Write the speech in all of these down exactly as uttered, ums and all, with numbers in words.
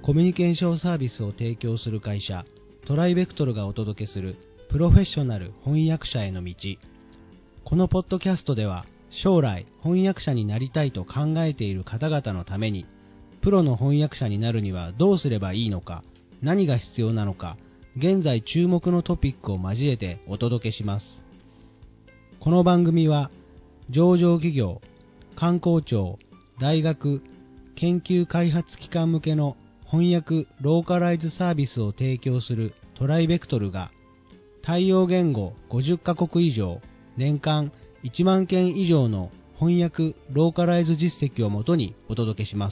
コミュニケーションサービスを提供する会社トライベクトルがお届けするプロフェッショナル翻訳者への道。このポッドキャストでは将来翻訳者になりたいと考えている方々のために、プロの翻訳者になるにはどうすればいいのか、何が必要なのか、現在注目のトピックを交えてお届けします。この番組は上場企業、観光庁、大学、研究開発機関向けの翻訳ローカライズサービスを提供するトライベクトルが、対応言語ごじゅっカ国以上、年間いちまんけん以上の翻訳ローカライズ実績をもとにお届けします。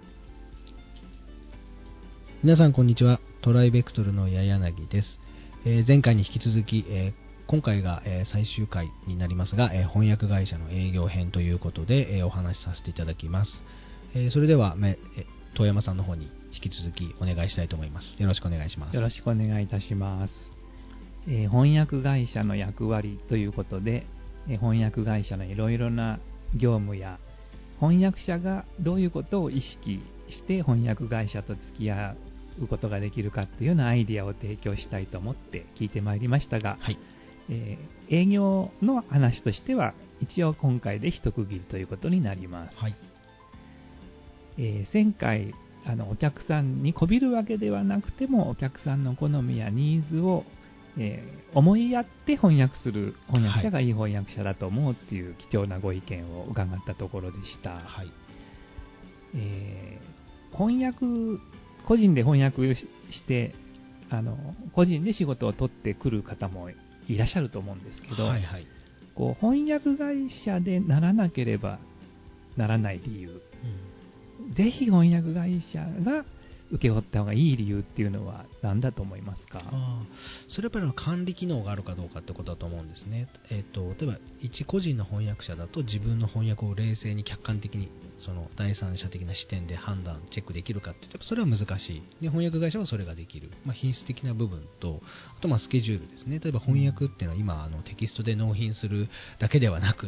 皆さんこんにちは。トライベクトルの矢柳です。えー、前回に引き続き、えー、今回が、えー、最終回になりますが、えー、翻訳会社の営業編ということで、えー、お話しさせていただきます。えー、それでは、めえー、遠山さんの方に引き続きお願いしたいと思います。よろしくお願いします。 よろしくお願いいたします。えー、翻訳会社の役割ということで、えー、翻訳会社のいろいろな業務や翻訳者がどういうことを意識して翻訳会社と付き合うことができるかっていうようなアイディアを提供したいと思って聞いてまいりましたが、はい、えー、営業の話としては一応今回で一区切りということになります。はい、えー、前回あのお客さんにこびるわけではなくてもお客さんの好みやニーズを、えー、思いやって翻訳する翻訳者がいい翻訳者だと思うっていう貴重なご意見を伺ったところでした。はい、えー、翻訳個人で翻訳してあの個人で仕事を取ってくる方もいらっしゃると思うんですけど、はいはい、こう翻訳会社でならなければならない理由、うん、ぜひ翻訳会社が受け負った方がいい理由っていうのは何だと思いますか？ あそれはやっぱり管理機能があるかどうかってことだと思うんですね。えーと、例えば一個人の翻訳者だと自分の翻訳を冷静に客観的にその第三者的な視点で判断チェックできるかって言ったらそれは難しい。で翻訳会社はそれができる、まあ、品質的な部分とあとまあスケジュールですね。例えば翻訳っていうのは今あのテキストで納品するだけではなくって、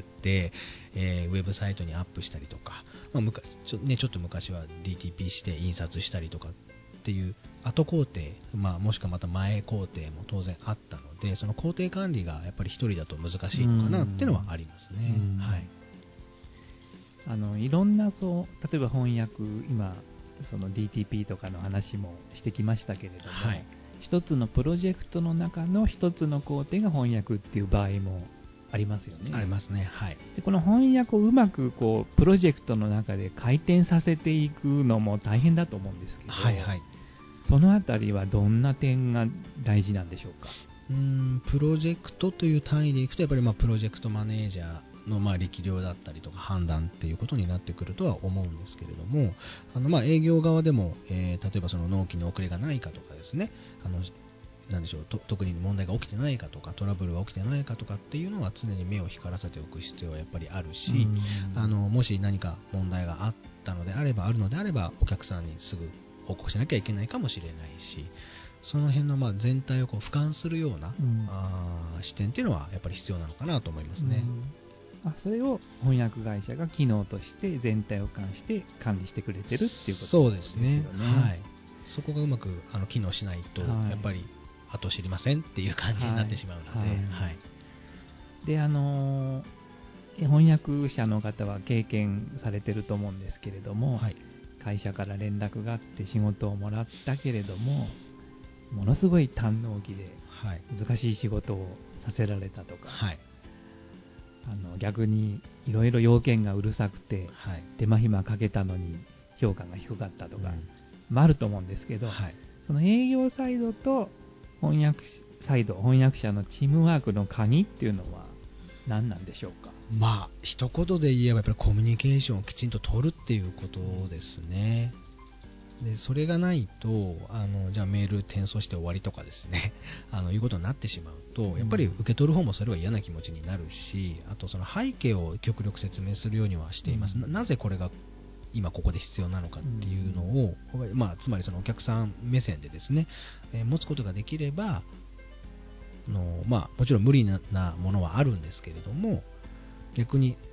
えー、ウェブサイトにアップしたりとか、まあむかちょね、ちょっと昔は ディーティーピー して印刷したりとかっていう後工程、まあ、もしくはまた前工程も当然あったので、その工程管理がやっぱり一人だと難しいのかなっていうのはありますね。はい、 あのいろんなそう例えば翻訳今その ディーティーピー とかの話もしてきましたけれども、はい、一つのプロジェクトの中の一つの工程が翻訳っていう場合もありますよね。 ありますね。はい。 でこの翻訳をうまくこうプロジェクトの中で回転させていくのも大変だと思うんですけど、はいはい、そのあたりはどんな点が大事なんでしょうか？ うーんプロジェクトという単位でいくとやっぱりまあプロジェクトマネージャーのまあ力量だったりとか判断っていうことになってくるとは思うんですけれども、あのまあ営業側でも、えー、例えばその納期の遅れがないかとかですね、あのなんでしょうと特に問題が起きてないかとかトラブルが起きてないかとかっていうのは常に目を光らせておく必要はやっぱりあるし、あのもし何か問題があったのであればあるのであればお客さんにすぐ報告しなきゃいけないかもしれないし、その辺のまあ全体をこう俯瞰するような、うん、あ視点っていうのはやっぱり必要なのかなと思いますね。 うん、あそれを翻訳会社が機能として全体を監して管理してくれてるっていうことですよね。 そうですね。はい。そこがうまくあの機能しないと、はい、やっぱり後知りませんっていう感じになってしまうので、はいはいはい、 であのー、翻訳者の方は経験されてると思うんですけれども、はい、会社から連絡があって仕事をもらったけれどもものすごい短納期で難しい仕事をさせられたとか、はい、あの逆にいろいろ要件がうるさくて、はい、手間暇かけたのに評価が低かったとか、うん、もあると思うんですけど、はい、その営業サイドと翻訳サイド翻訳者のチームワークの鍵っていうのは何なんでしょうか？ まあ一言で言えばやっぱりコミュニケーションをきちんと取るっていうことですね。でそれがないとあのじゃあメール転送して終わりとかですねあのいうことになってしまうとやっぱり受け取る方もそれは嫌な気持ちになるし、あとその背景を極力説明するようにはしています。 な, なぜこれが今ここで必要なのかっていうのを、まあ、つまりそのお客さん目線でですね、えー、持つことができればの、まあ、もちろん無理なものはあるんですけれども逆に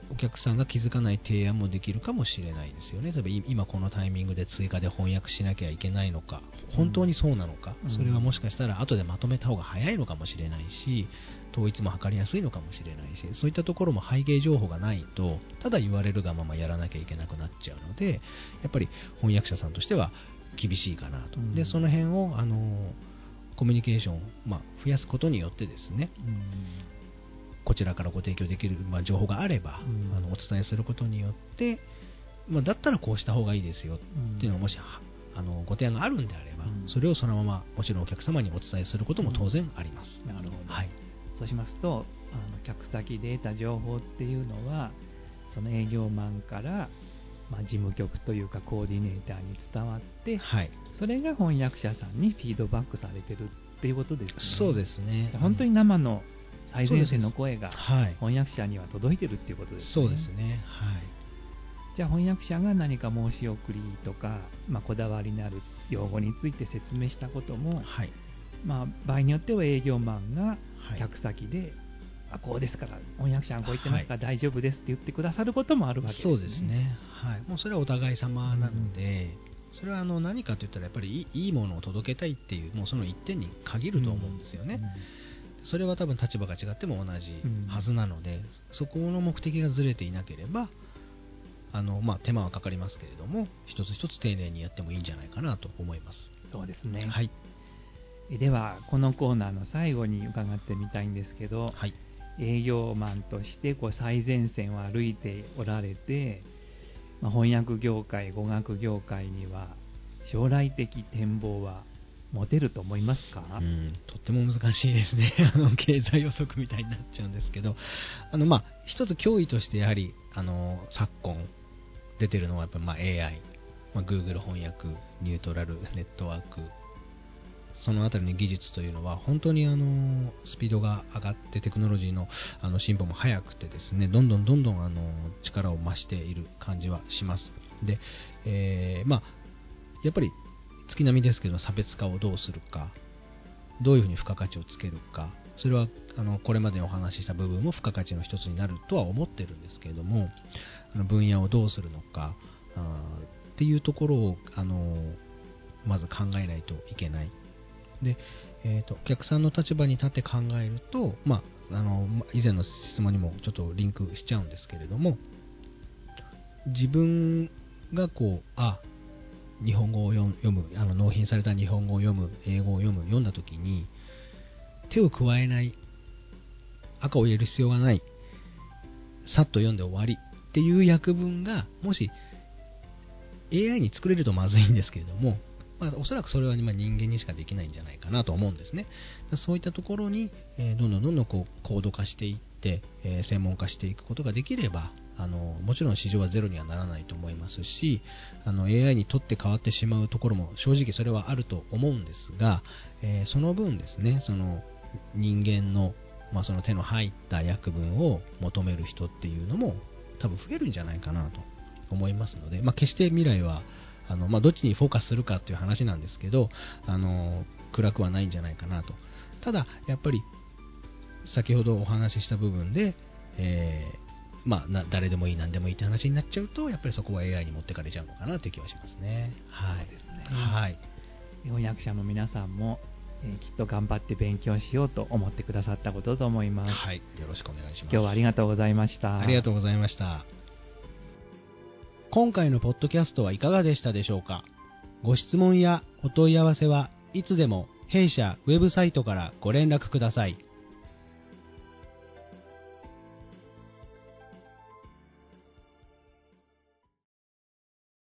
お客さんが気づかない提案もできるかもしれないですよね。例えば今このタイミングで追加で翻訳しなきゃいけないのか、本当にそうなのか、うん、それはもしかしたら後でまとめた方が早いのかもしれないし、統一も図りやすいのかもしれないし、そういったところも背景情報がないとただ言われるがままやらなきゃいけなくなっちゃうので、やっぱり翻訳者さんとしては厳しいかなと、うん、でその辺をあのコミュニケーションを、まあ、増やすことによってですね、うんこちらからご提供できる、まあ、情報があれば、うん、あのお伝えすることによって、まあ、だったらこうした方がいいですよっていうのがもし、うん、あのご提案があるんであれば、うん、それをそのままもちろんお客様にお伝えすることも当然あります。 うん、なるほど、 はい、 そうしますとあの客先で得た情報っていうのはその営業マンから、まあ、事務局というかコーディネーターに伝わって、はい、それが翻訳者さんにフィードバックされてるっていうことですね。 そうですね。 本当に生の最前線の声が翻訳者には届いてるっていうことですね。 そうですね。はい。 じゃあ翻訳者が何か申し送りとか、まあ、こだわりのある用語について説明したことも、はい、まあ、場合によっては営業マンが客先で、はい、あこうですから翻訳者がこう言ってますから大丈夫ですって言ってくださることもあるわけですね。 そうですね。はい。もうそれはお互い様なので、うん、それはあの何かといったらやっぱりいい、いいものを届けたいっていうもうその一点に限ると思うんですよね。うんうん、それは多分立場が違っても同じはずなので、うん、そこの目的がずれていなければあの、まあ、手間はかかりますけれども一つ一つ丁寧にやってもいいんじゃないかなと思います。 そうですね、 はい、 ではこのコーナーの最後に伺ってみたいんですけど、はい、営業マンとしてこう最前線を歩いておられて、まあ、翻訳業界語学業界には将来的展望は持てると思いますか？ うん、とっても難しいですね。あの経済予測みたいになっちゃうんですけど、あのまあ一つ脅威としてやはりあの昨今出てるのはやっぱりまあ エーアイ、まあ、Google 翻訳、ニュートラルネットワーク、そのあたりの技術というのは本当にあのスピードが上がってテクノロジーのあの進歩も速くてですね、どんどんどんどんあの力を増している感じはします。で、えー、まあやっぱり月並みですけど差別化をどうするか、どういうふうに付加価値をつけるか、それはあのこれまでお話しした部分も付加価値の一つになるとは思ってるんですけれども、あの分野をどうするのかあっていうところをあのまず考えないといけない。で、えーと、お客さんの立場に立って考えると、まあ、あの以前の質問にもちょっとリンクしちゃうんですけれども、自分がこうあ日本語を読む、あの納品された日本語を読む、英語を読む、読んだときに手を加えない、赤を入れる必要がない、さっと読んで終わりっていう訳文がもし エーアイ に作れるとまずいんですけれども、まあ、おそらくそれは人間にしかできないんじゃないかなと思うんですね。そういったところに、えー、どんどんどんどんこう高度化していって、えー、専門化していくことができれば、あのもちろん市場はゼロにはならないと思いますし、あの エーアイ にとって変わってしまうところも正直それはあると思うんですが、えー、その分ですね、その人間の、まあ、その手の入った訳文を求める人っていうのも多分増えるんじゃないかなと思いますので、まあ、決して未来はあの、まあ、どっちにフォーカスするかという話なんですけど、あの暗くはないんじゃないかなと。ただやっぱり先ほどお話しした部分で、えーまあ、な誰でもいい何でもいいって話になっちゃうと、やっぱりそこは エーアイ に持ってかれちゃうのかなという気はしますね。はい、そうですね。はい。 翻訳者の皆さんも、えー、きっと頑張って勉強しようと思ってくださったことだと思います。 はい、よろしくお願いします。 今日はありがとうございました。 ありがとうございました。今回のポッドキャストはいかがでしたでしょうか。ご質問やお問い合わせはいつでも弊社ウェブサイトからご連絡ください。